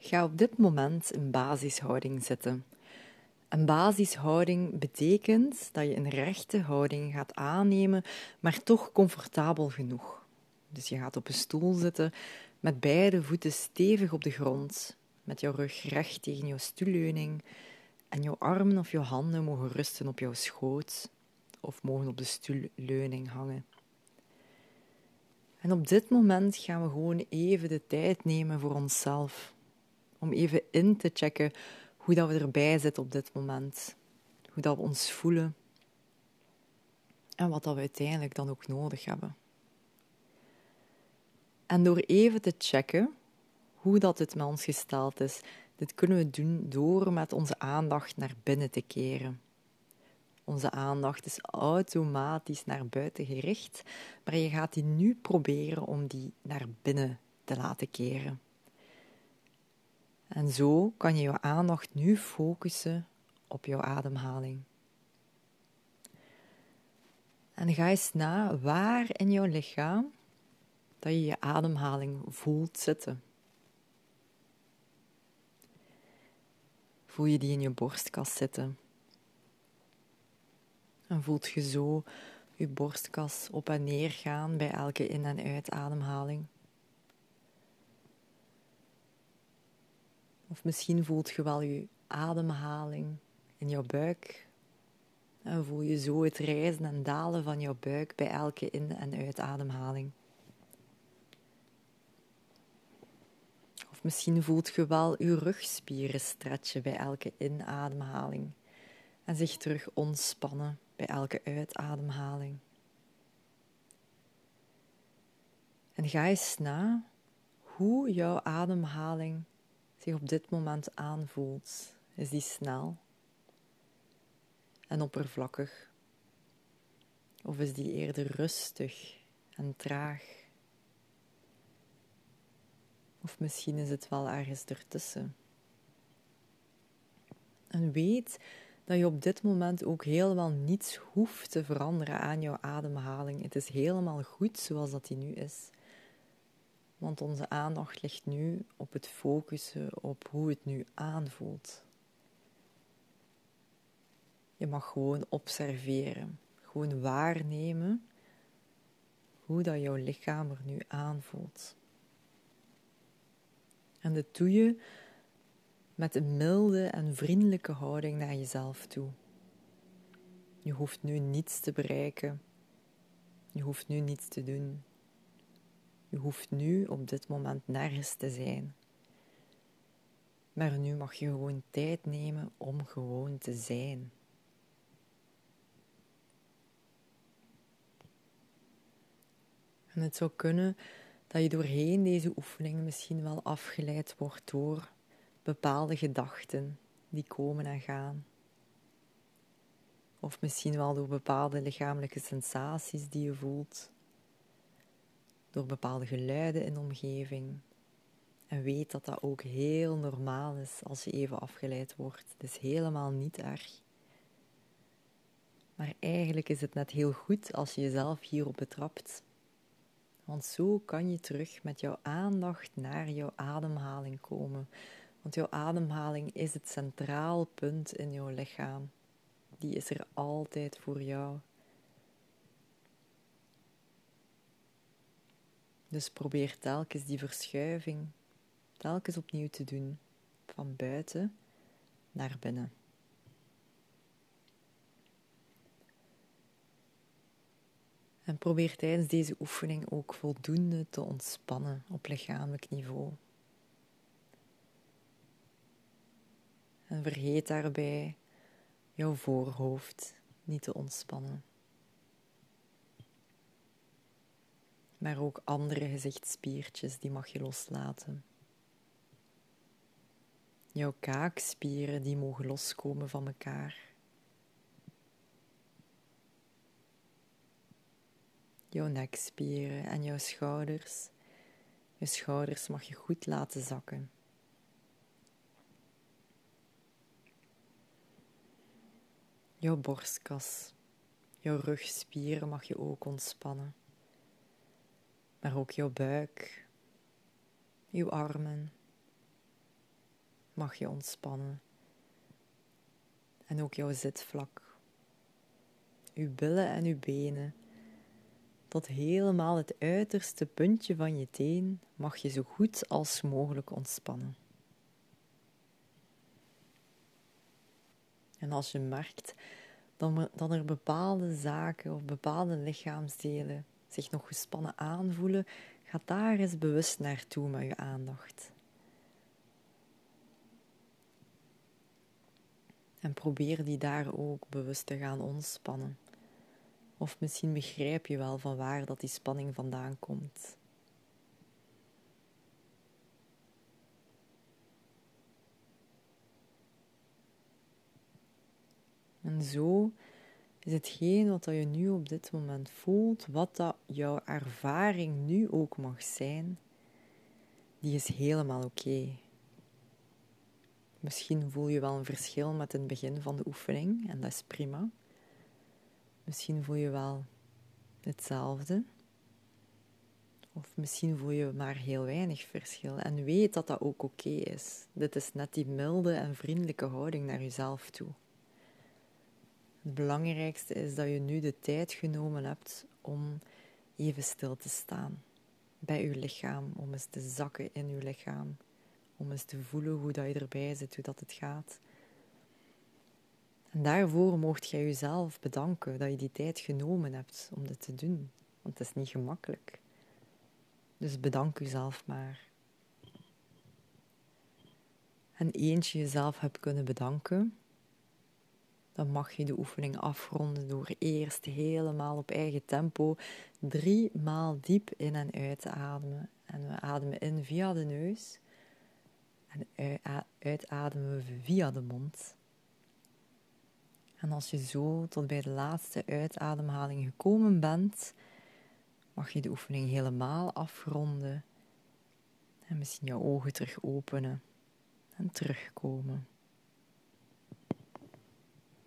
Ga op dit moment in basishouding zitten. Een basishouding betekent dat je een rechte houding gaat aannemen, maar toch comfortabel genoeg. Dus je gaat op een stoel zitten met beide voeten stevig op de grond, met jouw rug recht tegen jouw stoelleuning en jouw armen of jouw handen mogen rusten op jouw schoot of mogen op de stoelleuning hangen. En op dit moment gaan we gewoon even de tijd nemen voor onszelf. Om even in te checken hoe dat we erbij zitten op dit moment. Hoe dat we ons voelen. En wat dat we uiteindelijk dan ook nodig hebben. En door even te checken hoe dat het met ons gesteld is, dit kunnen we doen door met onze aandacht naar binnen te keren. Onze aandacht is automatisch naar buiten gericht, maar je gaat die nu proberen om die naar binnen te laten keren. En zo kan je je aandacht nu focussen op jouw ademhaling. En ga eens na waar in jouw lichaam dat je je ademhaling voelt zitten. Voel je die in je borstkas zitten? En voelt je zo je borstkas op en neer gaan bij elke in- en uitademhaling? Of misschien voelt je wel je ademhaling in jouw buik. En voel je zo het rijzen en dalen van jouw buik bij elke in- en uitademhaling. Of misschien voelt je wel je rugspieren stretchen bij elke inademhaling. En zich terug ontspannen bij elke uitademhaling. En ga eens na hoe jouw ademhaling zich op dit moment aanvoelt. Is die snel en oppervlakkig? Of is die eerder rustig en traag? Of misschien is het wel ergens ertussen. En weet dat je op dit moment ook helemaal niets hoeft te veranderen aan jouw ademhaling. Het is helemaal goed zoals dat die nu is. Want onze aandacht ligt nu op het focussen op hoe het nu aanvoelt. Je mag gewoon observeren, gewoon waarnemen hoe dat jouw lichaam er nu aanvoelt. En dat doe je met een milde en vriendelijke houding naar jezelf toe. Je hoeft nu niets te bereiken. Je hoeft nu niets te doen. Je hoeft nu op dit moment nergens te zijn. Maar nu mag je gewoon tijd nemen om gewoon te zijn. En het zou kunnen dat je doorheen deze oefeningen misschien wel afgeleid wordt door bepaalde gedachten die komen en gaan. Of misschien wel door bepaalde lichamelijke sensaties die je voelt. Door bepaalde geluiden in de omgeving. En weet dat dat ook heel normaal is als je even afgeleid wordt. Het is helemaal niet erg. Maar eigenlijk is het net heel goed als je jezelf hierop betrapt. Want zo kan je terug met jouw aandacht naar jouw ademhaling komen. Want jouw ademhaling is het centraal punt in jouw lichaam. Die is er altijd voor jou. Dus probeer telkens die verschuiving telkens opnieuw te doen. Van buiten naar binnen. En probeer tijdens deze oefening ook voldoende te ontspannen op lichamelijk niveau. En vergeet daarbij jouw voorhoofd niet te ontspannen. Maar ook andere gezichtsspiertjes, die mag je loslaten. Jouw kaakspieren, die mogen loskomen van elkaar. Jouw nekspieren en jouw schouders. Je schouders mag je goed laten zakken. Jouw borstkas, jouw rugspieren mag je ook ontspannen. Maar ook jouw buik, jouw armen, mag je ontspannen. En ook jouw zitvlak. Uw billen en uw benen. Tot helemaal het uiterste puntje van je teen mag je zo goed als mogelijk ontspannen. En als je merkt dat er bepaalde zaken of bepaalde lichaamsdelen zich nog gespannen aanvoelen, ga daar eens bewust naartoe met je aandacht. En probeer die daar ook bewust te gaan ontspannen. Of misschien begrijp je wel van waar dat die spanning vandaan komt. En zo is hetgeen wat je nu op dit moment voelt, wat dat jouw ervaring nu ook mag zijn, die is helemaal oké. Misschien voel je wel een verschil met het begin van de oefening en dat is prima. Misschien voel je wel hetzelfde. Of misschien voel je maar heel weinig verschil. En weet dat dat ook oké is. Dit is net die milde en vriendelijke houding naar jezelf toe. Het belangrijkste is dat je nu de tijd genomen hebt om even stil te staan. Bij je lichaam, om eens te zakken in je lichaam. Om eens te voelen hoe dat je erbij zit, hoe dat het gaat. En daarvoor mocht jij jezelf bedanken dat je die tijd genomen hebt om dit te doen. Want het is niet gemakkelijk. Dus bedank jezelf maar. En eens je jezelf hebt kunnen bedanken, dan mag je de oefening afronden door eerst helemaal op eigen tempo 3 maal diep in en uit te ademen. En we ademen in via de neus en uitademen we via de mond. En als je zo tot bij de laatste uitademhaling gekomen bent, mag je de oefening helemaal afronden en misschien je ogen terug openen en terugkomen.